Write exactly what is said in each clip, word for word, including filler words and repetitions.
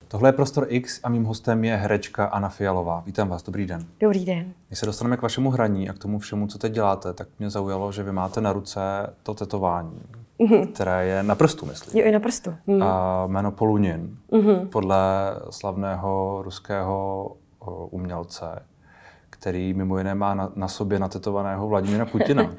Tohle je Prostor X a mým hostem je herečka Anna Fialová. Vítám vás, dobrý den. Dobrý den. Když se dostaneme k vašemu hraní a k tomu všemu, co teď děláte, tak mě zaujalo, že vy máte na ruce to tetování, mm-hmm. které je na prstu, myslím. Jo, i na prstu. Mm. A jméno Polunin, mm-hmm. podle slavného ruského umělce, který mimo jiné má na, na sobě natetovaného Vladimira Putina.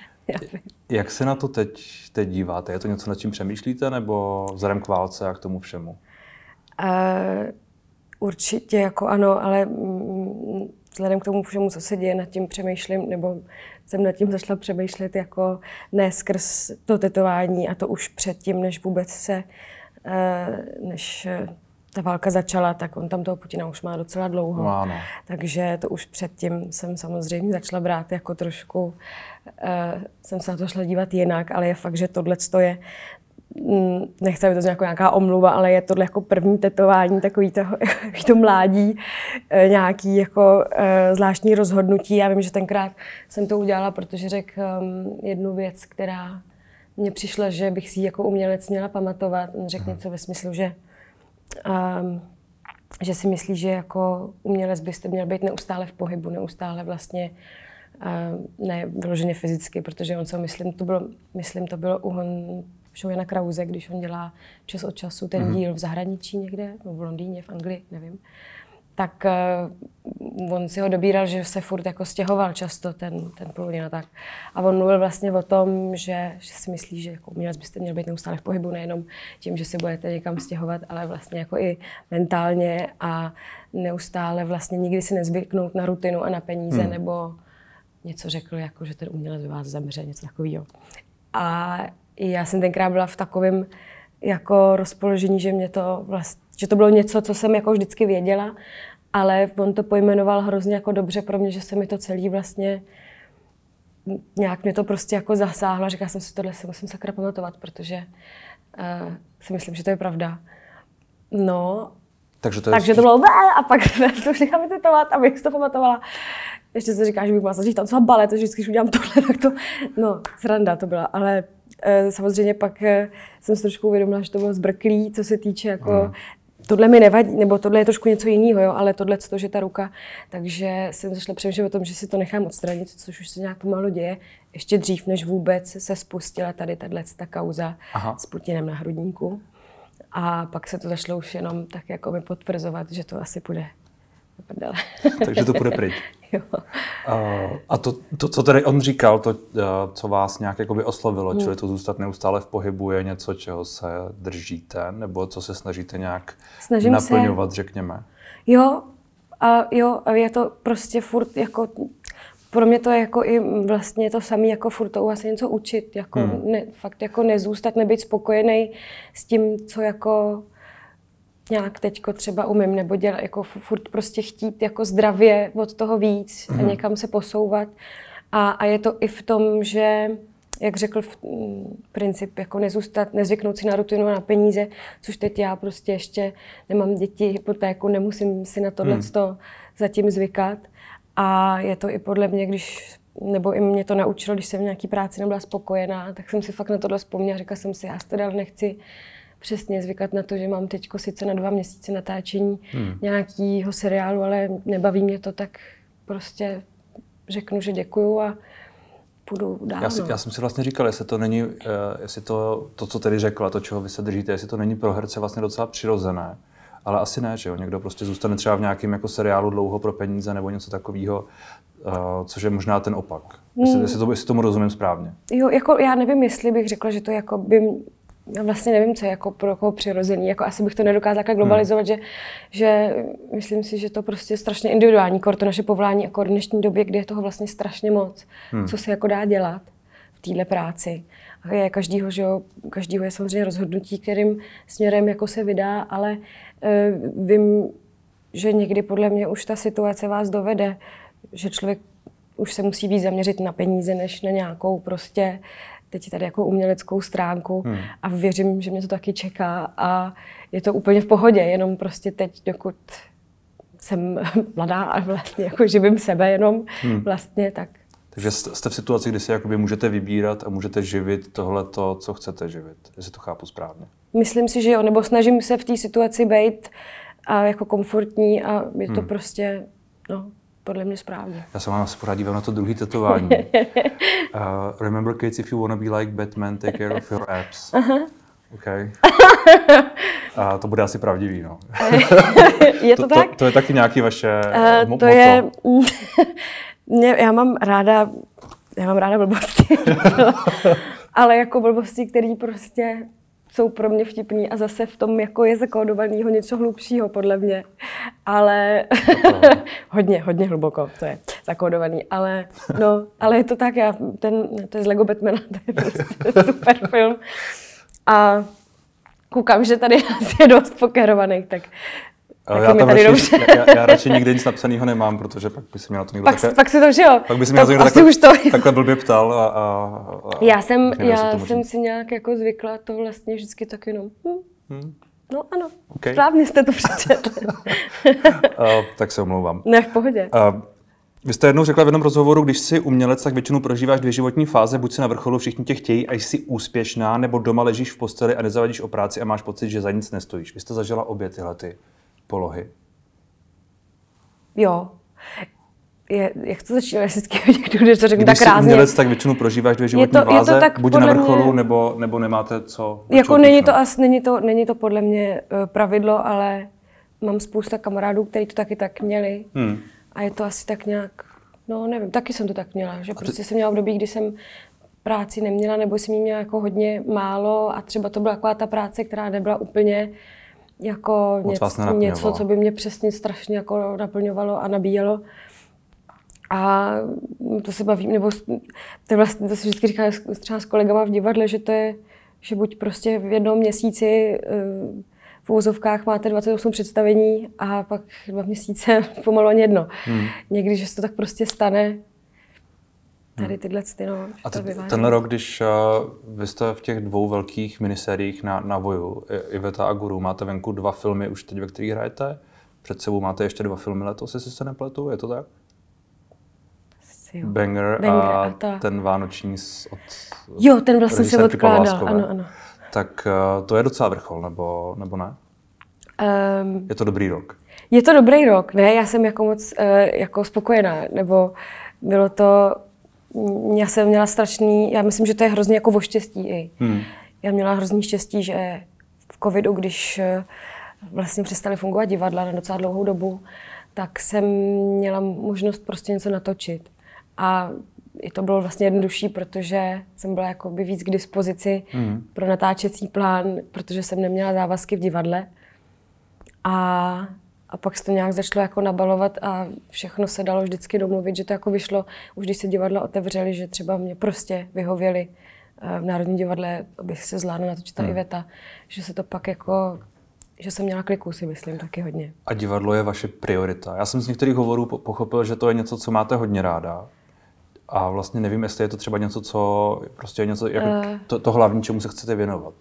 Jak se na to teď, teď díváte? Je to něco, nad čím přemýšlíte, nebo vzhledem k válce a k tomu všemu? Uh, určitě jako ano, ale mm, vzhledem k tomu všemu, co se děje, nad tím přemýšlím, nebo jsem nad tím zašla přemýšlet jako ne skrz to tetování a to už předtím, než vůbec se, uh, než ta válka začala, tak on tam toho Putina už má docela dlouho. No, ano. Takže to už předtím jsem samozřejmě začala brát jako trošku, uh, jsem se na to šla dívat jinak, ale je fakt, že tohleto je, nechci, aby to jako nějaká omluva, ale je tohle jako první tetování, takový to, to mládí, nějaký jako zvláštní rozhodnutí. Já vím, že tenkrát jsem to udělala, protože řekl jednu věc, která mně přišla, že bych si ji jako umělec měla pamatovat. On řekl něco ve smyslu, že, um, že si myslí, že jako umělec byste měl být neustále v pohybu, neustále vlastně uh, ne vyloženě fyzicky, protože on se myslím, to bylo, myslím, to bylo uhon show Jana Krause, když on dělá čas od času ten mm-hmm. díl v zahraničí někde, v Londýně, v Anglii, nevím, tak uh, on si ho dobíral, že se furt jako stěhoval často ten, ten Polunin a tak. A on mluvil vlastně o tom, že, že si myslí, že jako umělec byste měl být neustále v pohybu, nejenom tím, že si budete někam stěhovat, ale vlastně jako i mentálně a neustále vlastně nikdy si nezvyknout na rutinu a na peníze, mm. nebo něco řekl, jako že ten umělec by vás zemře, něco takového. A já jsem tenkrát byla v takovém jako rozpoložení, že mě to vlastně, že to bylo něco, co jsem jako vždycky věděla, ale on to pojmenoval hrozně jako dobře pro mě, že se mi to celý vlastně nějak mě to prostě jako zasáhlo. Říkala jsem si, tohle se musím sakra pamatovat, protože uh, si myslím, že to je pravda. No, takže to, je takže to bylo a pak to už necháme tetovat, abych si to pamatovala. Ještě se říká, že bych mohla začít tancovat balet, takže vždycky, když udělám tohle, tak to, no, sranda to byla, ale e, samozřejmě pak e, jsem si trošku uvědomila, že to bylo zbrklý, co se týče jako, hmm. tohle mi nevadí, nebo tohle je trošku něco jiného, jo, ale tohle to, že ta ruka, takže jsem začala přemýšlet o tom, že si to nechám odstranit, což už se nějak pomalu děje, ještě dřív, než vůbec se spustila tady tato kauza Aha. s Putinem na hrudníku. A pak se to začalo už jenom tak jako mi potvrzovat, že to asi půjde. Takže to půjde pryč. Jo. Uh, a to, to, co tady on říkal, to, uh, co vás nějak jakoby oslovilo, hmm. čili to zůstat neustále v pohybu, je něco, čeho se držíte, nebo co se snažíte nějak Snažím naplňovat, se. řekněme? Jo, a jo, a je to prostě furt jako, pro mě to je jako i vlastně to samé, jako furt to u vás něco učit, jako hmm. ne, fakt jako nezůstat, nebýt spokojený s tím, co jako nějak teďko třeba umím, nebo dělat, jako furt prostě chtít jako zdravě od toho víc a někam se posouvat. A, a je to i v tom, že, jak řekl v, princip, jako nezůstat, nezvyknout si na rutinu a na peníze, což teď já prostě ještě nemám děti, hypotéku, nemusím si na tohleto hmm. zatím zvykat. A je to i podle mě, když, nebo i mě to naučilo, když jsem v nějaký práci nebyla spokojená, tak jsem si fakt na tohle vzpomněla, řekla jsem si, já si to dál nechci přesně zvykat na to, že mám teďko sice na dva měsíce natáčení hmm. nějakého seriálu, ale nebaví mě to, tak prostě řeknu, že děkuju a půjdu dál. Já, si, já jsem si vlastně říkal, jestli to není, uh, jestli to, to, co tedy řekla, to, čeho vy se držíte, jestli to není pro herce vlastně docela přirozené. Ale asi ne, že jo? Někdo prostě zůstane třeba v nějakém jako seriálu dlouho pro peníze nebo něco takového, uh, což je možná ten opak. Hmm. Jestli, jestli, to, jestli tomu rozumím správně. Jo, jako já nevím, jestli bych řekla, že to jako by... Já vlastně nevím, co je jako pro koho přirozený. Jako asi bych to nedokázala tak globalizovat, hmm. že, že myslím si, že to prostě je strašně individuální, kor to naše povolání, jako v dnešní době, kdy je toho vlastně strašně moc, hmm. co se jako dá dělat v téhle práci. A je každýho, že jo, každýho je samozřejmě rozhodnutí, kterým směrem jako se vydá, ale uh, vím, že někdy podle mě už ta situace vás dovede, že člověk už se musí víc zaměřit na peníze, než na nějakou prostě teď tady jako uměleckou stránku hmm. a věřím, že mě to taky čeká a je to úplně v pohodě, jenom prostě teď, dokud jsem mladá a vlastně jako živím sebe jenom hmm. vlastně, tak. Takže jste v situaci, kdy si jakoby můžete vybírat a můžete živit tohleto, co chcete živit, jestli to chápu správně. Myslím si, že jo, nebo snažím se v té situaci být a jako komfortní a je to hmm. prostě, no, podle mě správně. Já se vám asi pořád dívám na to druhý tetování. uh, remember kids, if you wanna be like Batman, take care of your abs. Uh-huh. Okay. A to bude asi pravdivý, no. Je to, to tak? To, to je taky nějaký vaše uh, mo- to moto. Je, mě, já mám ráda, já mám ráda blbosti, ale jako blbosti, které prostě jsou pro mě vtipný a zase v tom jako je zakódovanýho něco hlubšího podle mě, ale hodně, hodně hluboko to je zakódovaný, ale no, ale je to tak, já, ten, to je z Lego Batmana, to je prostě super film a koukám, že tady asi je dost pokerovaných, tak já, tam radši, dobře. já, já radši nikdy nic napsanýho nemám, protože pak by se mě na to někdo pak, takhle, pak si to, že jo? Pak by se mě to někdo takhle, to... takhle blbě ptal a, a, a já jsem, já jsem si nějak jako zvykla to vlastně vždycky tak jenom hm, hmm. no ano, okay. Správně jste to přečetli. uh, tak se omlouvám. Ne, v pohodě. Uh, Vy jste jednou řekla v jednom rozhovoru, když jsi umělec, tak většinou prožíváš dvě životní fáze, buď si na vrcholu, všichni tě chtějí a jsi úspěšná, nebo doma ležíš v posteli a nezavadíš o práci a máš pocit, že za nic nestojíš. Vy jste zažila obě tyhle ty polohy. Jo. Je, jak to začíná vždycky někdo, když to řeknu tak krásně. Když jsi umělec, tak většinou prožíváš dvě životní je to, fáze, je to tak buď na vrcholu, mě... nebo, nebo nemáte co. Jako není to, as, není, to, není to podle mě uh, pravidlo, ale mám spousta kamarádů, kteří to taky tak měli. Hmm. A je to asi tak nějak, no nevím, taky jsem to tak měla, že prostě ty... jsem měla období, kdy jsem práci neměla, nebo jsem jí měla jako hodně málo a třeba to byla taková ta práce, která nebyla úplně jako něco, něco, co by mě přesně strašně jako naplňovalo a nabíjelo. A to se bavím, nebo to, vlastně, to si vždycky říká třeba s kolegama v divadle, že to je, že buď prostě v jednom měsíci v úvozovkách máte dvacet osm představení a pak dva měsíce pomalu ani jedno. Hmm. Někdy, že se to tak prostě stane. Tady tyhle ty, no. A ty, tenhle rok, když uh, vy jste v těch dvou velkých minisériích na, na Voju, Iveta a Guru, máte venku dva filmy už teď, ve kterých hrajete. Před sebou máte ještě dva filmy letos, jestli se nepletu, je to tak? Banger, Banger a, a ta... ten vánoční od Jo, ten vlastně se odkládal, ano, ano. Tak uh, to je docela vrchol, nebo, nebo ne? Um, je to dobrý rok? Je to dobrý rok, ne? Já jsem jako moc uh, jako spokojená, nebo bylo to... Já jsem měla strašný, já myslím, že to je hrozně jako o štěstí i. Hmm. Já měla hrozný štěstí, že v covidu, když vlastně přestali fungovat divadla na docela dlouhou dobu, tak jsem měla možnost prostě něco natočit. A i to bylo vlastně jednodušší, protože jsem byla jakoby víc k dispozici hmm. pro natáčecí plán, protože jsem neměla závazky v divadle. A A pak se to nějak začalo jako nabalovat a všechno se dalo vždycky domluvit, že to jako vyšlo, už když se divadla otevřely, že třeba mě prostě vyhověli v Národním divadle, abych se zvládla natočit ta hmm. Iveta, že se to pak jako, že jsem měla kliku, si myslím, taky hodně. A divadlo je vaše priorita. Já jsem z některých hovorů pochopil, že to je něco, co máte hodně ráda. A vlastně nevím, jestli je to třeba něco, co prostě je něco, jako uh, to, to hlavní, čemu se chcete věnovat.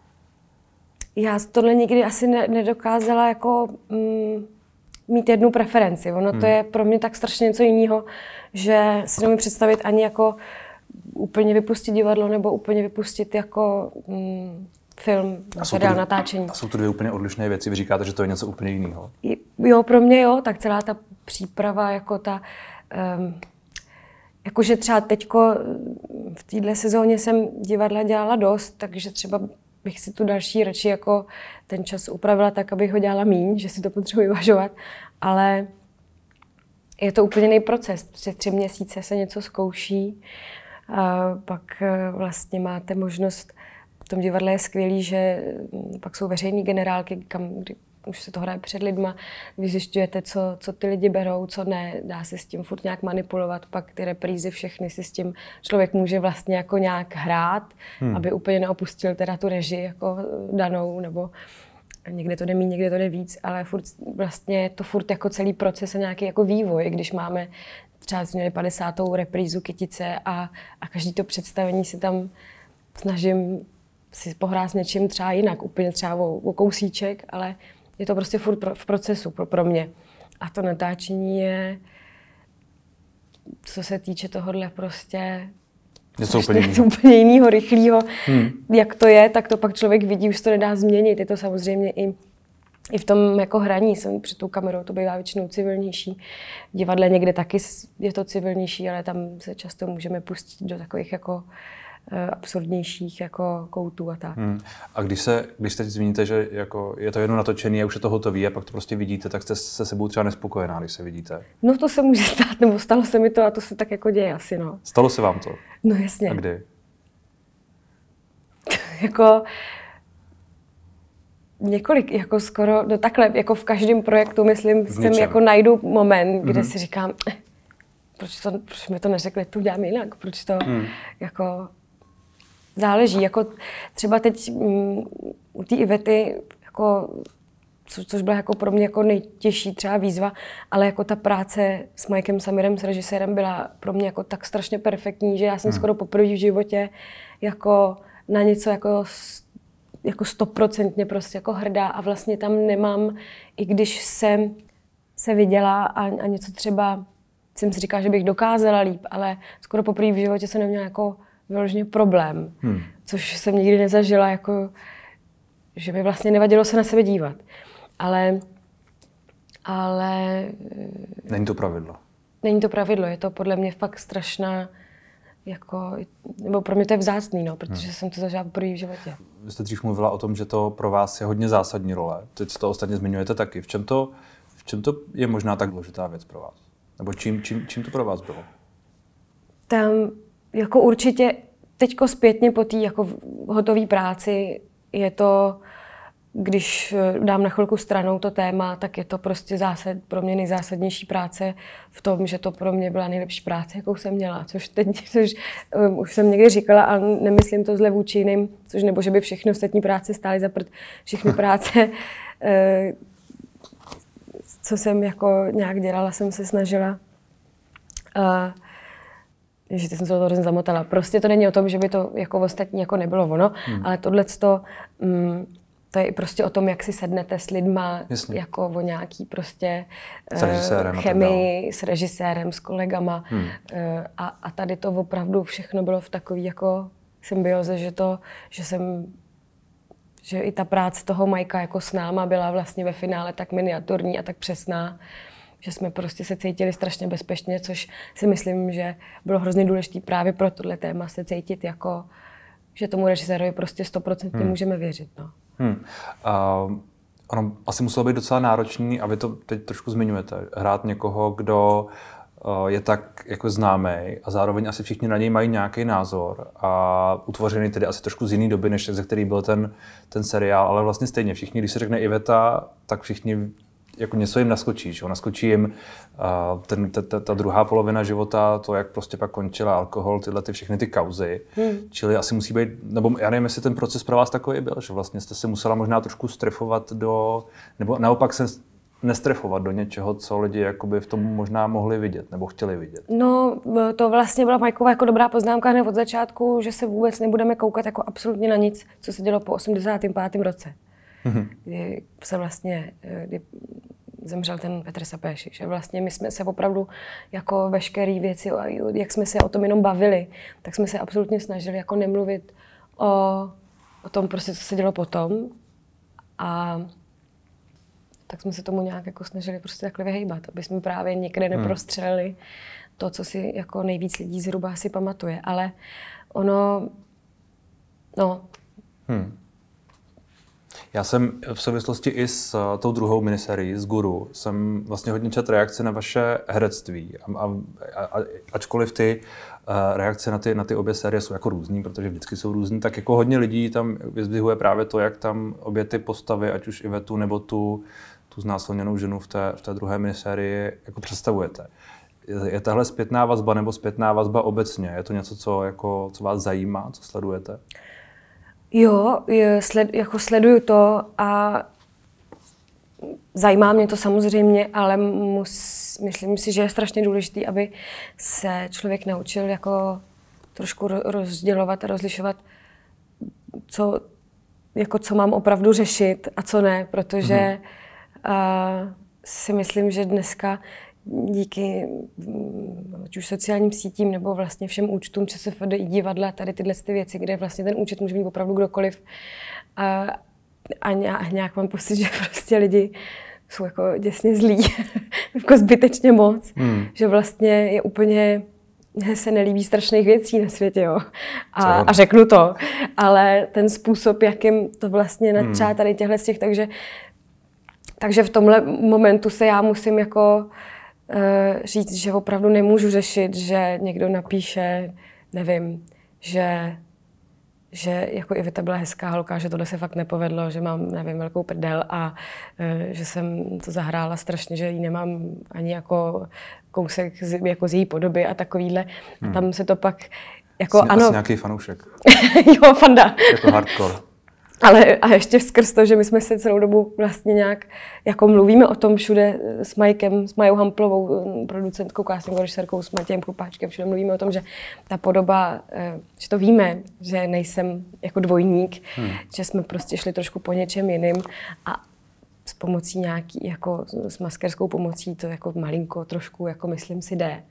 Já tohle nikdy asi ne, nedokázala jako mm, mít jednu preferenci. Ono hmm. to je pro mě tak strašně něco jiného, že si nemůžu představit ani jako úplně vypustit divadlo nebo úplně vypustit jako mm, film, materiál, natáčení. A jsou to dvě úplně odlišné věci. Vy říkáte, že to je něco úplně jiného. Jo, pro mě jo, tak celá ta příprava, jako ta... Um, jakože třeba teďko v téhle sezóně jsem divadla dělala dost, takže třeba bych si tu další radši jako ten čas upravila tak, abych ho dělala míň, že si to potřebuji vyvažovat, ale je to úplně jiný proces. Přes tři měsíce se něco zkouší, a pak vlastně máte možnost, v tom divadle je skvělý, že pak jsou veřejné generálky, kam, kdy už se to hraje před lidma, vy zjišťujete, co, co ty lidi berou, co ne, dá se s tím furt nějak manipulovat, pak ty reprízy všechny si s tím člověk může vlastně jako nějak hrát, hmm. aby úplně neopustil teda tu režii jako danou, nebo někde to jde míň, někde to jde víc, ale furt vlastně je to furt jako celý proces a nějaký jako vývoj, když máme třeba jsme měli padesátou reprízu Kytice a, a každý to představení si tam snažím si pohrát s něčím třeba jinak, úplně třeba o, o kousíček, ale je to prostě furt pro, v procesu pro, pro mě. A to natáčení je, co se týče tohohle prostě něco úplně, úplně jinýho, rychlýho. Hmm. Jak to je, tak to pak člověk vidí, už to nedá změnit. Je to samozřejmě i i v tom jako hraní jsem před tou kamerou, to bývá většinou civilnější. V divadle někde taky je to civilnější, ale tam se často můžeme pustit do takových jako absurdnějších jako koutů a tak. Hmm. A když se, když teď zmíníte, že jako je to jedno natočené a už je to hotový a pak to prostě vidíte, tak jste se sebou třeba nespokojená, když se vidíte? No to se může stát, nebo stalo se mi to a to se tak jako děje asi, no. Stalo se vám to? No jasně. A kdy? jako několik, jako skoro, no takhle, jako v každém projektu, myslím, jsem jako najdu moment, kde mm-hmm. si říkám, eh, proč, to, proč mi to neřekli, to udělám jinak, proč to, mm. jako, záleží, jako třeba teď um, u té Ivety, jako, co, což byla jako pro mě jako nejtěžší třeba výzva, ale jako ta práce s Mikem Samirem, s režisérem, byla pro mě jako tak strašně perfektní, že já jsem mm. skoro poprvé v životě jako na něco jako jako stoprocentně prostě jako hrdá a vlastně tam nemám, i když jsem se viděla a, a něco třeba, jsem si říkala, že bych dokázala líp, ale skoro poprvé v životě jsem neměla jako vyloženě problém, hmm. což jsem nikdy nezažila, jako, že mi vlastně nevadilo se na sebe dívat. Ale, ale... Není to pravidlo. Není to pravidlo, je to podle mě fakt strašná, jako, nebo pro mě to je vzácný, no, protože hmm. jsem to zažila poprvé v životě. Vy jste dřív mluvila o tom, že to pro vás je hodně zásadní role. Teď to ostatně zmiňujete taky. V čem to, v čem to je možná tak důležitá věc pro vás? Nebo čím, čím, čím to pro vás bylo? Tam jako určitě teďko zpětně po té jako hotové práci je to, když dám na chvilku stranou to téma, tak je to prostě zásad, pro mě nejzásadnější práce v tom, že to pro mě byla nejlepší práce, jakou jsem měla, což teď což, um, už jsem někdy říkala, ale nemyslím to zle vůči jiným, což nebo že by všechny ostatní práce stály za prd, všechny práce, uh, co jsem jako nějak dělala, jsem se snažila. Uh, že jsem se do toho hrozně zamotala. Prostě to není o tom, že by to jako ostatní jako nebylo ono, hmm. ale tohleto, um, to je prostě o tom, jak si sednete s lidma, Jasně. jako o nějaký prostě s režisérem, chemii, s režisérem, s kolegama. Hmm. A, a tady to opravdu všechno bylo v takový jako symbioze, že to, že jsem, že i ta práce toho Majka jako s náma byla vlastně ve finále tak miniaturní a tak přesná, že jsme prostě se cítili strašně bezpečně, což si myslím, že bylo hrozně důležité právě pro tohle téma se cítit jako, že tomu režisérovi prostě stoprocentně hmm. můžeme věřit. No. Hmm. Uh, ono asi muselo být docela náročný, a vy to teď trošku zmiňujete, hrát někoho, kdo uh, je tak jako známý a zároveň asi všichni na něj mají nějaký názor a utvořený tedy asi trošku z jiný doby, než ze který byl ten, ten seriál, ale vlastně stejně všichni, když se řekne Iveta, tak všichni jako něco jim naskočí, že? Naskočí jim uh, ten, ta, ta, ta druhá polovina života, to, jak prostě pak končila alkohol, tyhle ty všechny ty kauzy. Hmm. Čili asi musí být, nebo já nevím, jestli ten proces pro vás takový byl, že vlastně jste se musela možná trošku strefovat do, nebo naopak se nestrefovat do něčeho, co lidi jakoby v tom možná mohli vidět, nebo chtěli vidět. No, to vlastně byla Majkova jako dobrá poznámka hned od začátku, že se vůbec nebudeme koukat jako absolutně na nic, co se dělo po osmdesátém pátém roce. Mm-hmm. Kdy se vlastně, kdy zemřel ten Petr Sapéši, že vlastně my jsme se opravdu jako veškeré věci, jak jsme se o tom jenom bavili, tak jsme se absolutně snažili jako nemluvit o, o tom prostě, co se dělo potom, a tak jsme se tomu nějak jako snažili prostě takhle vyhejbat, aby jsme právě někde neprostřelili to, co si jako nejvíc lidí zhruba si pamatuje, ale ono, no, hmm. Já jsem v souvislosti i s uh, tou druhou miniserií, s Guru, jsem vlastně hodně četl reakce na vaše herectví. A, a, a, ačkoliv ty uh, reakce na ty, na ty obě série jsou jako různý, protože vždycky jsou různý, tak jako hodně lidí tam vyzdvihuje právě to, jak tam obě ty postavy, ať už Ivetu nebo tu, tu znásilněnou ženu v té, v té druhé minisérii, jako představujete. Je, je tahle zpětná vazba nebo zpětná vazba obecně? Je to něco, co, jako, co vás zajímá, co sledujete? Jo, sled, jako sleduju to a zajímá mě to samozřejmě, ale mus, myslím si, že je strašně důležité, aby se člověk naučil jako trošku rozdělovat a rozlišovat, co, jako co mám opravdu řešit a co ne, protože mm-hmm. uh, si myslím, že dneska díky ať už sociálním sítím nebo vlastně všem účtům, ČSFD i divadla, tady tyhle ty věci, kde vlastně ten účet může mít opravdu kdokoliv. A a nějak mám pocit, že prostě lidi jsou jako děsně zlí, jako zbytečně moc, hmm. že vlastně je úplně, mně se nelíbí strašných věcí na světě, jo. A, a řeknu to, ale ten způsob, jakým to vlastně natřá tady těchhle z těch, takže, takže v tomhle momentu se já musím jako uh, říct, že opravdu nemůžu řešit, že někdo napíše, nevím, že že jako Iveta byla hezká holka, že tohle se fakt nepovedlo, že mám, nevím, velkou prdel a e, že jsem to zahrála strašně, že ji nemám ani jako kousek z, jako z její podoby a takovýhle. Hmm. A tam se to pak jako Jsi ano. Asi nějaký fanoušek. Jo, fanda. Jako hardcore. Ale a ještě skrz to, že my jsme se celou dobu vlastně nějak, jako mluvíme o tom všude s Majkem, s Majou Hamplovou, producentkou, castingovou režisérkou, s Matějem Krupáčkem, všude mluvíme o tom, že ta podoba, že to víme, že nejsem jako dvojník, hmm. že jsme prostě šli trošku po něčem jiným a s pomocí nějaký, jako s maskerskou pomocí to jako malinko trošku, jako myslím si jde.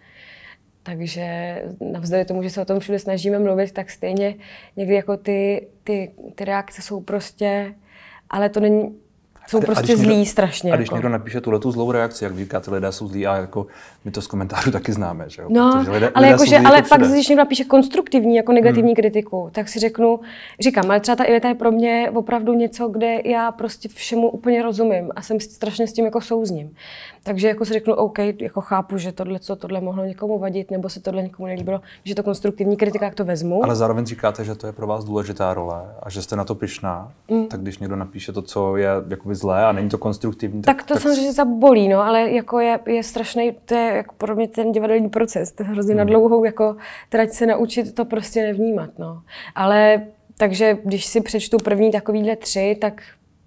Takže navzdory tomu, že se o tom všude snažíme mluvit, tak stejně někdy jako ty, ty, ty reakce jsou prostě, ale to není, jsou a, prostě a zlí někdo, strašně. A když jako. někdo napíše tuhletu zlou reakci, jak říkáte, lidé jsou zlí a jako my to z komentářů taky známe, že jo? No, lidé, ale, lidé jako, ale pak, když někdo napíše konstruktivní, jako negativní hmm. kritiku, tak si řeknu, říkám, ale třeba ta Iveta je pro mě opravdu něco, kde já prostě všemu úplně rozumím a jsem strašně s tím jako souzním. Takže jako si řeknu, OK, jako chápu, že tohle, co tohle mohlo někomu vadit, nebo se tohle někomu nelíbilo, že to konstruktivní kritika, jak to vezmu. Ale zároveň říkáte, že to je pro vás důležitá role a že jste na to pyšná, mm. tak když někdo napíše to, co je jakoby zlé a není to konstruktivní, tak... Tak to tak... samozřejmě zabolí, no, ale jako je, je strašný, to je jako pro mě ten divadelní proces, to je hrozně mm. na dlouhou, jako trať se naučit to prostě nevnímat, no. Ale, takže když si přečtu první takovýhle tři, tak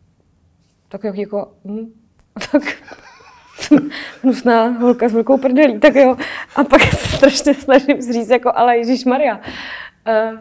tak jako, hm, tak... hnusná holka s velkou prdelí, tak jo. A pak se strašně snažím říct, jako, ale ježišmarja, uh,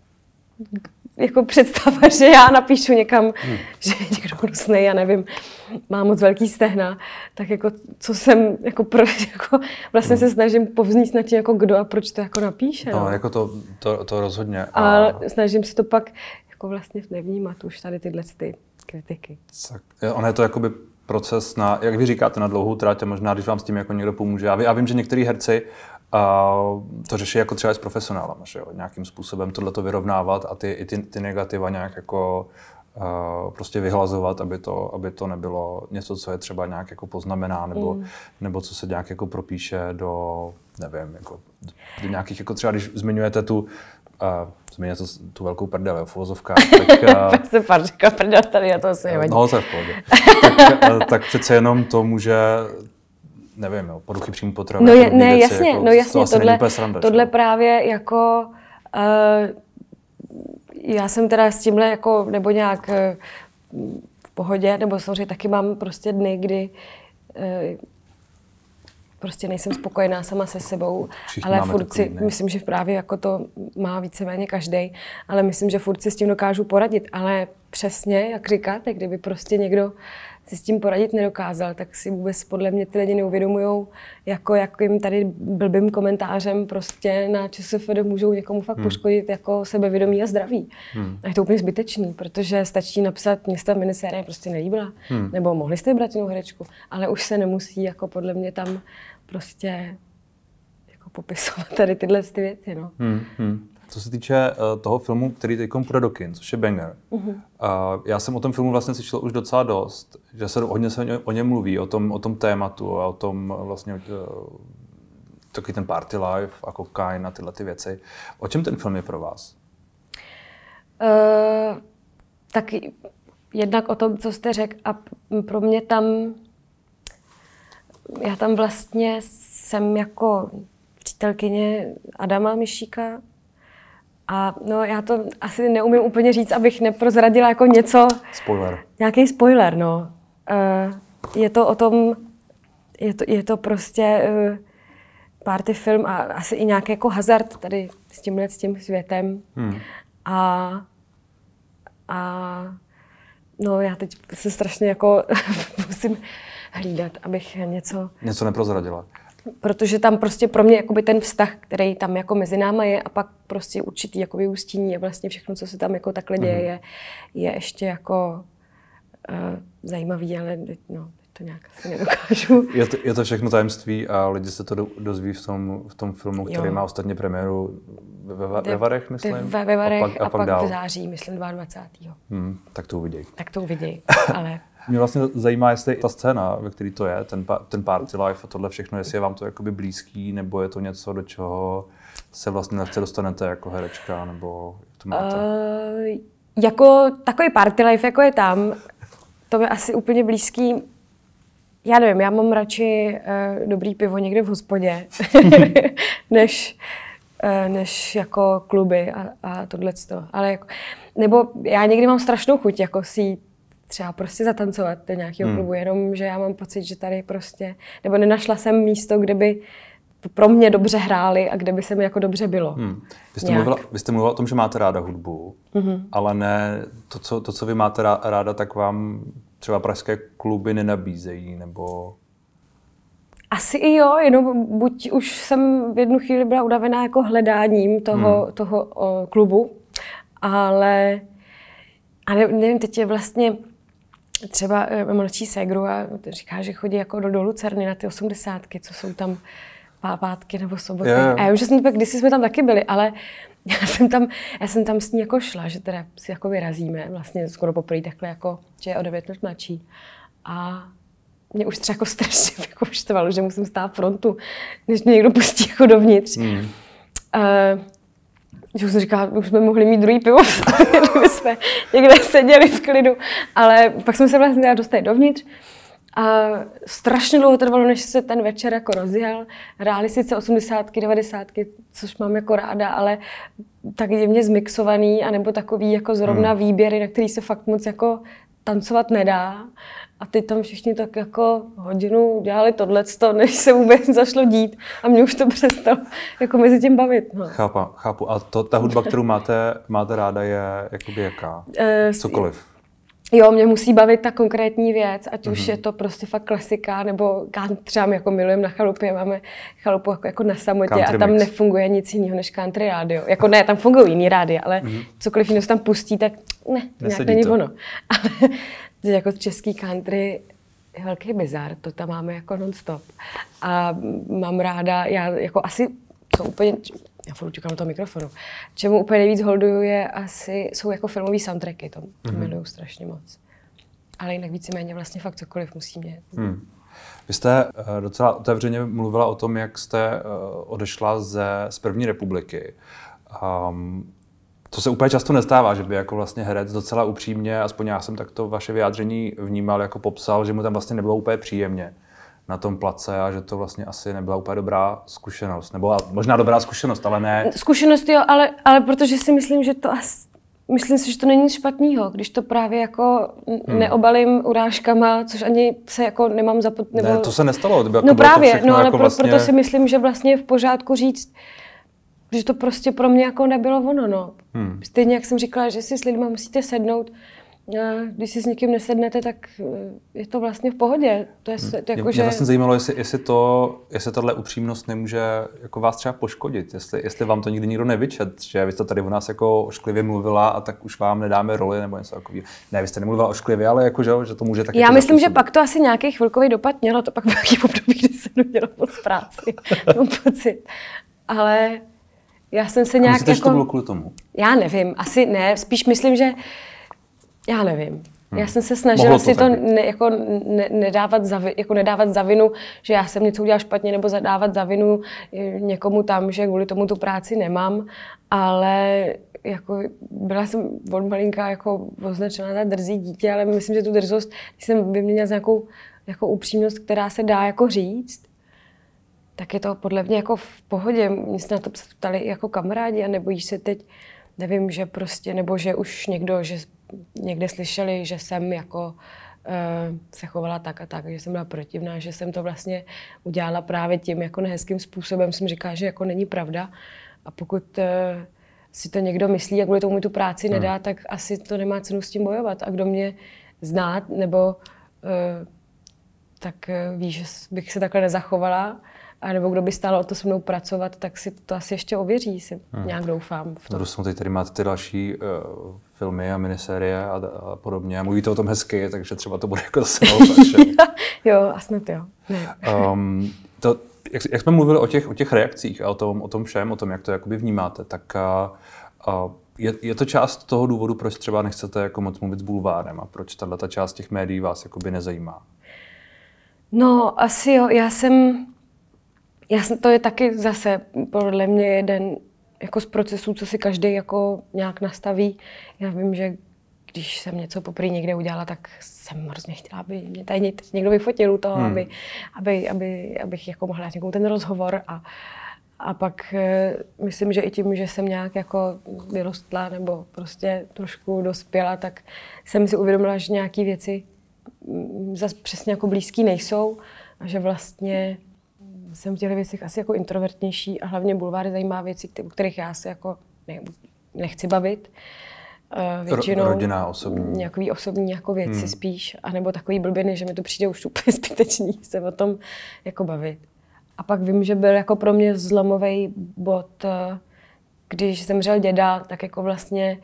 jako představa, že já napíšu někam, hmm. že je někdo hnusnej, já nevím, má moc velký stehna, tak jako, co jsem, jako, pro, jako vlastně hmm. se snažím povznést nad tím, jako kdo a proč to jako napíše. No, no. jako to, to, to rozhodně. A... a snažím se to pak jako vlastně nevnímat už tady tyhle ty kritiky. Tak, ono je to jakoby proces na, jak vy říkáte, na dlouhou trať a možná, když vám s tím jako někdo pomůže. Já, já vím, že některý herci uh, to řeší jako třeba s profesionálem, že jo, nějakým způsobem tohleto vyrovnávat a ty, i ty, ty negativa nějak jako uh, prostě vyhlazovat, aby to, aby to nebylo něco, co je třeba nějak jako poznamená, nebo, mm. nebo co se nějak jako propíše do, nevím, jako do nějakých, jako třeba když zmiňujete tu Uh, změnit tu velkou prdele v uvozovkách, tak... tak se pár říká prdel tady a to se nevadí. No, to je v pohodě. tak, tak přece jenom to může, nevím, jo, poruchy příjmu potravy. No je, ne, věci, jasně, jako, no jasně, to tohle, sranda, tohle právě jako... Uh, já jsem teda s tímhle jako, nebo nějak uh, v pohodě, nebo samozřejmě taky mám prostě dny, kdy uh, prostě nejsem spokojená sama se sebou, všichni ale furt si, myslím, že právě jako to má víceméně každej, ale myslím, že furt si s tím dokážu poradit, ale přesně, jak říkáte, kdyby prostě někdo si s tím poradit nedokázal, tak si vůbec podle mě ty lidi neuvědomujou, jako jakým tady blbým komentářem prostě na ČSFD můžou někomu fakt hmm. poškodit jako sebevědomí a zdraví. Hmm. A je to úplně zbytečný, protože stačí napsat, mě se ta minisérie prostě nelíbila, hmm. nebo mohli jste vybrat jinou herečku, ale už se nemusí jako podle mě tam prostě jako popisovat tady tyhle ty věci, no. Hmm. Hmm. Co se týče uh, toho filmu, který teď půjde do kin, což je banger. Uh-huh. Uh, já jsem o tom filmu vlastně slyšel už docela dost, že se hodně se o něm mluví, o tom, o tom tématu a o tom vlastně uh, takový ten party life a kokain a tyhle ty věci. O čem ten film je pro vás? Uh, tak jednak o tom, co jste řekl, a pro mě tam, já tam vlastně jsem jako přítelkyně Adama Mišíka. A no, já to asi neumím úplně říct, abych neprozradila jako něco... Spoiler. Nějaký spoiler, no. Uh, je to o tom, je to, je to prostě uh, party film a asi i nějaký jako hazard tady s tímhle s tím světem. Hmm. A, a no, já teď se strašně jako musím hlídat, abych něco... Něco neprozradila. Protože tam prostě pro mě jakoby ten vztah, který tam jako mezi náma je a pak prostě určitý jako vyústění a vlastně všechno, co se tam jako takhle děje, je, je ještě jako zajímavý, ale no, to nějak asi nedokážu. Je to, je to všechno tajemství a lidi se to do, dozví v tom, v tom filmu, který jo. má ostatně premiéru ve, ve, ve Varech, myslím? Ve, ve Varech a pak, a a pak, pak v září, myslím dvacátého druhého Hmm, tak to uviděj. Tak to uviděj, ale... Mě vlastně zajímá, jestli ta scéna, ve které to je, ten, ten party life a tohle všechno, jestli je vám to jakoby blízký, nebo je to něco, do čeho se vlastně lehce dostanete jako herečka, nebo jak to máte? Uh, jako takový party life, jako je tam, to je asi úplně blízký. Já nevím, já mám radši uh, dobrý pivo někde v hospodě, než, uh, než jako kluby a, a tohleto. Ale jako, nebo já někdy mám strašnou chuť jako si třeba prostě zatancovat do nějakého hmm. klubu, jenom že já mám pocit, že tady prostě, nebo nenašla jsem místo, kde by pro mě dobře hráli a kde by se mi jako dobře bylo. Hmm. Vy, jste mluvila, vy jste mluvila o tom, že máte ráda hudbu, mm-hmm. ale ne to co, to, co vy máte ráda, tak vám třeba pražské kluby nenabízejí, nebo... Asi i jo, jenom buď už jsem v jednu chvíli byla unavená jako hledáním toho, hmm. toho o, klubu, ale a ne, nevím, teď je vlastně třeba mladší ségru a říká, že chodí jako do, do Lucerny na ty osmdesátky, co jsou tam pátky nebo soboty. Yeah. A já vím, že jsme tam, kdysi jsme tam taky byli, ale já jsem tam, já jsem tam s ní jako šla, že teda si jako vyrazíme, vlastně skoro poprvé takhle jako, že je o devět let mladší. A mě už třeba jako strašně jako štvalo, že musím stát frontu, než mě někdo pustí jako dovnitř. Mm. Uh, že už jsem říkala, už jsme mohli mít druhý pivo, kdyby jsme někde seděli v klidu, ale pak jsme se vlastně dostali dovnitř. A strašně dlouho trvalo, než se ten večer jako rozjel. Hráli sice osmdesátky, devadesátky, což mám jako ráda, ale tak divně zmixovaný, anebo takový jako zrovna hmm. výběry, na který se fakt moc jako tancovat nedá. A ty tam všichni tak jako hodinu dělali tohleto, než se vůbec zašlo dít. A mě už to přestalo jako mezi tím bavit. No. Chápu, chápu. A to, ta hudba, kterou máte, máte ráda, je jakoby jaká? Cokoliv. Jo, mě musí bavit ta konkrétní věc, ať mm-hmm. už je to prostě fakt klasika, nebo třeba my jako milujeme na chalupě, máme chalupu jako, jako na samotě country a tam mix. Nefunguje nic jiného než country rádio. Jako ne, tam fungují jiný rádia, ale mm-hmm. cokoliv jiného se tam pustí, tak ne, nějak není to. Ono. Ale jako český country je velký bizar, to tam máme jako non-stop. A mám ráda, já jako asi to úplně... Já furt čekám na toho mikrofonu. Čemu úplně nejvíc holduju je asi, jsou jako filmový soundtracky, to, to mm-hmm. miluju strašně moc. Ale jinak víceméně vlastně fakt cokoliv musí mě. Hmm. Vy jste uh, docela otevřeně mluvila o tom, jak jste uh, odešla ze, z první republiky. Um, to se úplně často nestává, že by jako vlastně herec docela upřímně, aspoň já jsem takto vaše vyjádření vnímal, jako popsal, že mu tam vlastně nebylo úplně příjemně na tom place a že to vlastně asi nebyla úplně dobrá zkušenost. Nebo možná dobrá zkušenost, ale ne... Zkušenost jo, ale, ale protože si myslím, že to asi... Myslím si, že to není nic špatného, když to právě jako hmm. neobalím urážkama, což ani se jako nemám zapot... Nebo... Ne, to se nestalo. To by jako no právě, všechno, no ale jako pro, vlastně... proto si myslím, že vlastně je v pořádku říct, že to prostě pro mě jako nebylo ono, no. Hmm. Stejně jak jsem říkala, že si s lidmi musíte sednout, a když si s někým nesednete, tak je to vlastně v pohodě. To je, to jako, mě, že... mě vlastně zajímalo, jestli, jestli, to, jestli tahle upřímnost nemůže jako vás třeba poškodit, jestli, jestli vám to nikdy nikdo nevyčet, že vy jste tady o nás jako ošklivě mluvila a tak už vám nedáme roli nebo něco takového. Ne, vy jste nemluvila ošklivě, ale jako, že, že to může taky... Já myslím, že pak to asi nějaký chvilkový dopad mělo, to pak bylo v období, kdy jsem neměla moc práci, mám pocit. Ale já jsem se nějak... Myslíte, jako... že to bylo kvůli tomu? Já nevím, asi ne, spíš myslím, že já nevím. Hmm. Já jsem se snažila to si to ne, jako ne, nedávat, za, jako nedávat za vinu, že já jsem něco udělala špatně, nebo zadávat za vinu někomu tam, že kvůli tomu tu práci nemám, ale jako byla jsem od malinka jako označená za drzý dítě, ale myslím, že tu drzost jsem vyměnila za nějakou jako upřímnost, která se dá jako říct, tak je to podle mě jako v pohodě. Mě se na to ptali jako kamarádi a nebojíš se teď, nevím, že prostě, nebo že už někdo, že někde slyšeli, že jsem jako uh, se chovala tak a tak, že jsem byla protivná, že jsem to vlastně udělala právě tím jako nehezkým způsobem. Jsem říkala, že jako není pravda. A pokud uh, si to někdo myslí a kvůli tomu mi tu práci nedá, hmm. tak asi to nemá cenu s tím bojovat. A kdo mě zná, nebo uh, tak uh, ví, že bych se takhle nezachovala. a nebo kdo by stál o to se mnou pracovat, tak si to asi ještě ověří, si hmm. nějak doufám. V tom. No, teď tady máte ty další uh, filmy a minisérie a, a podobně. A mluvíte o tom hezky, takže třeba to bude jako zase naopak. Jo, a snad jo. um, to, jak, jak jsme mluvili o těch, o těch reakcích a o tom, o tom všem, o tom, jak to jakoby vnímáte, tak uh, uh, je, je to část toho důvodu, proč třeba nechcete jako moc mluvit s bulvárem a proč tato část těch médií vás jakoby nezajímá? No, asi jo. Já jsem, já jsem, to je taky zase podle mě jeden jako z procesů, co si každý jako nějak nastaví. Já vím, že když jsem něco poprvé někde udělala, tak jsem hrozně chtěla, aby mě tady někdo vyfotil u toho, hmm. aby, aby, aby, abych jako mohla dát někomu ten rozhovor. A, a pak myslím, že i tím, že jsem nějak jako vyrostla nebo prostě trošku dospěla, tak jsem si uvědomila, že nějaké věci zase přesně jako blízký nejsou a že vlastně jsem v těch věcech asi jako introvertnější a hlavně bulvár zajímá věci, o kterých já se jako ne, nechci bavit. Většinou rodinná, osobní. Nějaký osobní jako věci hmm. spíš, anebo takový blbiny, že mi to přijde už úplně zbytečný se o tom jako bavit. A pak vím, že byl jako pro mě zlomový bod, když zemřel děda, tak jako vlastně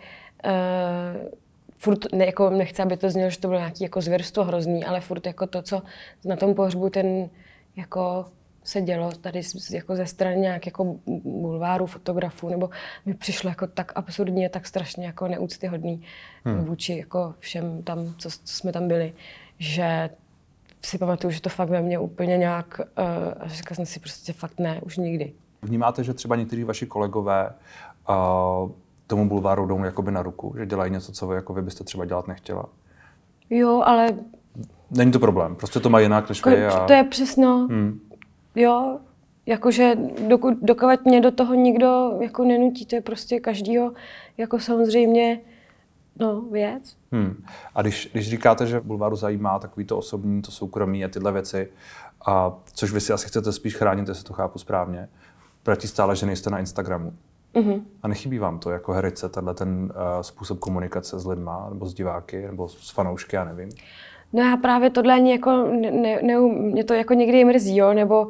uh, furt ne, jako nechci, aby to znělo, že to bylo nějaký jako zvěrstvo hrozný, ale furt jako to, co na tom pohřbu ten jako se dělo tady jako ze strany nějak jako bulváru, fotografů, nebo mi přišlo jako tak absurdně, tak strašně jako neúctyhodný hmm. vůči jako všem tam, co, co jsme tam byli, že si pamatuju, že to fakt ve mně úplně nějak, uh, říkala jsem si prostě fakt ne, už nikdy. Vnímáte, že třeba někteří vaši kolegové uh, tomu bulváru jdou jakoby na ruku, že dělají něco, co vy, jako vy byste třeba dělat nechtěla? Jo, ale... Není to problém, prostě to má jinak než vy a... To je přesno. Hmm. Jo, jakože dokud, dokud mě do toho nikdo jako nenutí, to je prostě každýho jako samozřejmě no, věc. Hmm. A když, když říkáte, že bulváru zajímá takový to osobní, to soukromí a tyhle věci, a což vy si asi chcete spíš chránit, jestli to chápu správně, platí stále, že nejste na Instagramu. Mm-hmm. A nechybí vám to jako herečce, tenhle ten uh, způsob komunikace s lidma, nebo s diváky, nebo s fanoušky, já nevím? No já právě tohle ani jako, ne, ne, mě to jako někdy mrzí, jo, nebo uh,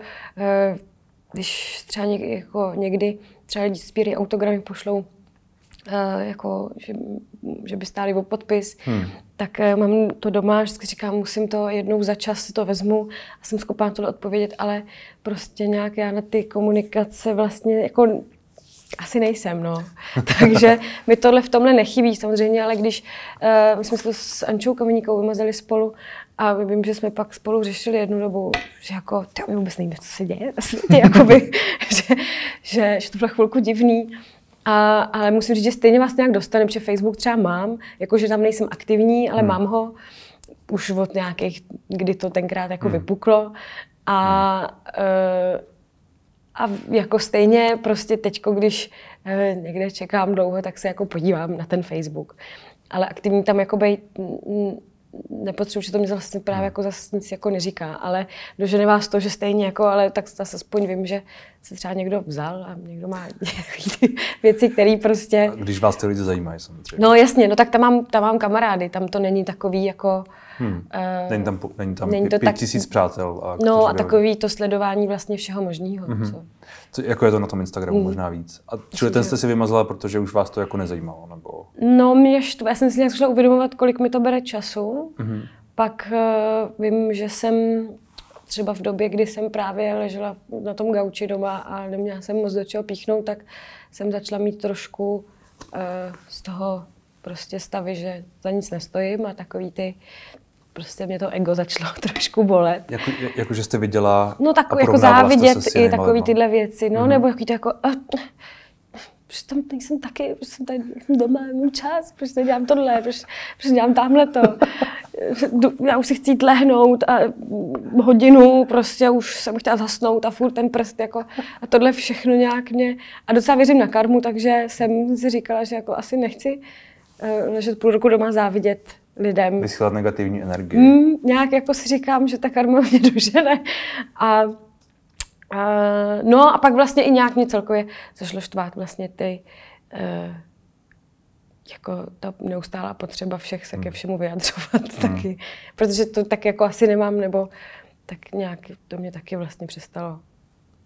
když třeba něk, jako někdy třeba lidi sbírají autogramy, pošlou, uh, jako, že, že by stáli o podpis, hmm. tak uh, mám to doma, vždycky říkám, musím to jednou za čas si to vezmu a jsem schopná tohle odpovědět, ale prostě nějak já na ty komunikace vlastně jako asi nejsem, no. Takže mi tohle v tomhle nechybí samozřejmě, ale když uh, my jsme se to s Ančou Kameníkovou vymazali spolu a vím, že jsme pak spolu řešili jednu dobu, že jako, ty mi vůbec nejde, co se děje, jakoby, že, že, že to bylo chvilku divný. A, ale musím říct, že stejně vás nějak dostane, protože Facebook třeba mám, jakože tam nejsem aktivní, ale hmm. mám ho už od nějakých, kdy to tenkrát jako hmm. vypuklo. A hmm. uh, A jako stejně prostě teďko, když eh, někde čekám dlouho, tak se jako podívám na ten Facebook. Ale aktivní tam jako bejt nepotřebuji, že to mě vlastně právě jako zase nic jako neříká, ale dožene vás to, že stejně jako, ale tak zase aspoň vím, že se třeba někdo vzal a někdo má nějaké věci, které prostě... A když vás ty lidi zajímají samozřejmě. No jasně, no tak tam mám, tam mám kamarády, tam to není takový jako... Hmm. Uh, není tam, není tam není to pět tak, tisíc přátel. A no a takový to sledování vlastně všeho možného. Mm-hmm. Co? Co, jako je to na tom Instagramu mm. možná víc. A čili ten jste si vymazala, protože už vás to jako nezajímalo? Nebo... No mě štve, já jsem si nějak začala uvědomovat, kolik mi to bere času. Mm-hmm. Pak uh, vím, že jsem třeba v době, kdy jsem právě ležela na tom gauči doma a neměla jsem moc do čeho píchnout, tak jsem začala mít trošku uh, z toho prostě stavy, že za nic nestojím a takový ty, prostě mě to ego začalo trošku bolet. Jako, jako že jste viděla no tak jako závidět i takový tyhle věci, no, mm-hmm. nebo jaký to jako, uh, proč tam nejsem taky, proč jsem tady doma, mám čas, proč nedělám tohle, proč, proč dělám tamhleto. Já už si chci jít lehnout a hodinu, prostě už jsem chtěla zasnout a furt ten prst jako a tohle všechno nějak mě, a docela věřím na karmu, takže jsem si říkala, že jako asi nechci uh, ležet půl roku doma závidět lidem. Vysílat negativní energii. Mm, nějak jako si říkám, že ta karma mě dožene. A, uh, no a pak vlastně i nějak mě celkově zašlo štvát vlastně ty, uh, jako ta neustálá potřeba všech se ke všemu vyjadřovat hmm. taky. Protože to tak jako asi nemám, nebo tak nějak to mě taky vlastně přestalo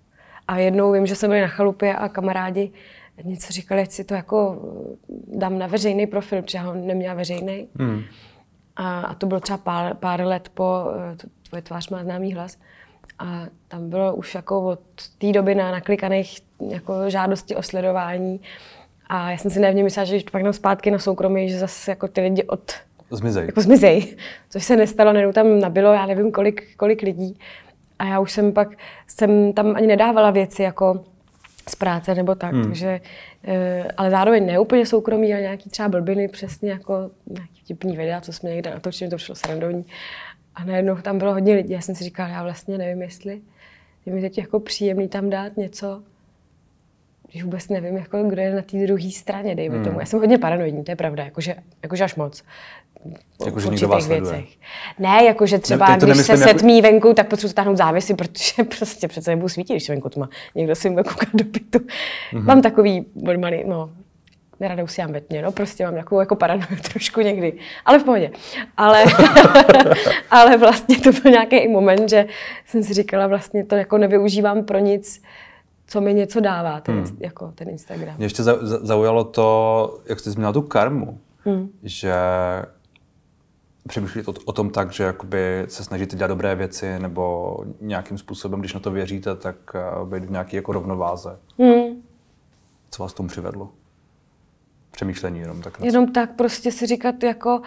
A jednou vím, že jsme byli na chalupě a kamarádi něco říkali, ať si to jako dám na veřejný profil, protože já ho neměla veřejný. Hmm. A, a to bylo třeba pár, pár let po Tvoje tvář má známý hlas. A tam bylo už jako od té doby na naklikaných jako žádosti o sledování. A já jsem si nevně myslela, že když to pak dám zpátky na soukromí, že zase jako ty lidi od... Zmizej. Jako zmizej. Což se nestalo, najednou tam nabilo, já nevím kolik, kolik lidí. A já už jsem pak, jsem tam ani nedávala věci jako z práce nebo tak, hmm. takže, ale zároveň ne úplně soukromí, ale nějaký třeba blbiny, přesně jako nějaký vtipný videa, co jsme někde natočili, to šlo srandovní. A najednou tam bylo hodně lidí, já jsem si říkala, já vlastně nevím, jestli je mi teď jako příjemný tam dát něco, když vůbec nevím, jako, kdo je na té druhé straně, dejme hmm. tomu. Já jsem hodně paranoidní, to je pravda, jakože, jakože až moc. Jakože někdo vás sleduje. Ne, jakože třeba, ne, když se setmí jako... venku, tak potřebuji stáhnout závěsy, protože prostě přece nebudu svítit, když venku tma. Někdo si bude koukat do bytu. Mm-hmm. Mám takový normální, no, nerada usíám ve tmě, no, prostě mám takovou jako paranoju trošku někdy, ale v pohodě. Ale, ale vlastně to byl nějaký moment, že jsem si říkala, vlastně to jako nevyužívám pro nic, co mi něco dává, ten, hmm. jako ten Instagram. Mě ještě zaujalo to, jak jsi zmínila tu karmu, hmm. že přemýšlíte o, o tom tak, že jakoby se snažíte dělat dobré věci nebo nějakým způsobem, když na to věříte, tak být v nějaké jako rovnováze. Hmm. Co vás tomu přivedlo? Přemýšlení jenom tak. Jenom tak prostě si říkat jako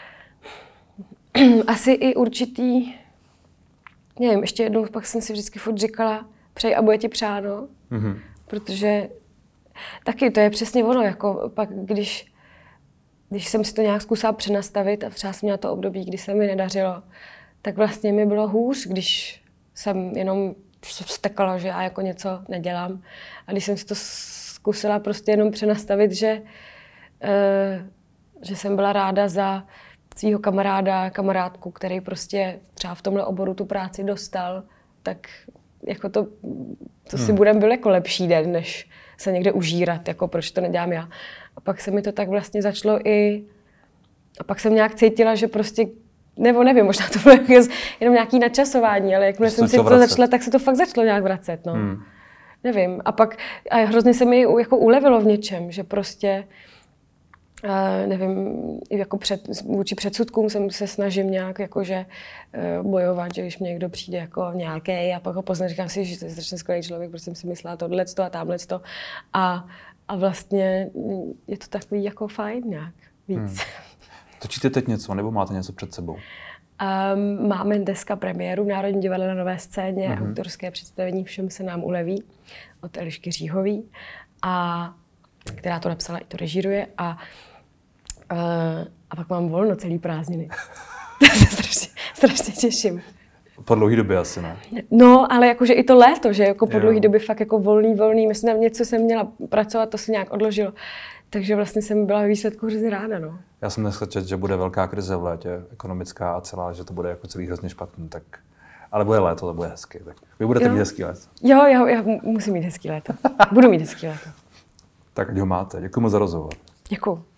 asi i určitý, nevím, ještě jednou pak jsem si vždycky furt říkala, přej a bude ti přáno, mm-hmm. protože taky to je přesně ono, jako pak když, když jsem si to nějak zkusila přenastavit a třeba jsem měla to období, kdy se mi nedařilo, tak vlastně mi bylo hůř, když jsem jenom vztekala, že já jako něco nedělám. A když jsem si to zkusila prostě jenom přenastavit, že, uh, že jsem byla ráda za svého kamaráda, kamarádku, který prostě třeba v tomhle oboru tu práci dostal, tak jako to, to hmm. si budem byl jako lepší den, než se někde užírat, jako proč to nedělám já. A pak se mi to tak vlastně začalo i... A pak jsem nějak cítila, že prostě, nebo nevím, možná to bylo jenom nějaký načasování, ale jakmile jsem si to vracet. začala, tak se to fakt začalo nějak vracet, no. Hmm. Nevím. A pak a hrozně se mi jako ulevilo v něčem, že prostě, uh, nevím, jako před, vůči předsudkům jsem se snažím nějak jakože uh, bojovat, že když mě někdo přijde jako nějaký a pak ho poznám, říkám si, že to je strašně skvělý člověk, protože jsem si myslela tohleto a tamhleto. A, a vlastně je to takový jako fajn nějak víc. Hmm. Točíte teď něco, nebo máte něco před sebou? Um, máme dneska premiéru v Národním divadle na Nové scéně, mm-hmm. autorské představení Všem se nám uleví od Elišky Říhový, a, která to napsala i to režíruje. A, uh, a pak mám volno celý prázdniny. To se strašně, strašně těším. Po dlouhý době asi, ne? No, ale jakože i to léto, že jako po dlouhý době fakt jako volný, volný. Myslím, že něco jsem měla pracovat, to se nějak odložilo. Takže vlastně jsem byla ve výsledku hrozně ráda, no. Já jsem dneska četl, že bude velká krize v létě, ekonomická a celá, že to bude jako celý hrozně špatný, tak... Ale bude léto, to bude hezky, tak vy budete jo. mít hezký léto. Jo, jo, já musím mít hezký léto. Budu mít hezký léto. Tak ať ho máte. Děkuji moc za rozhovor. Děkuji.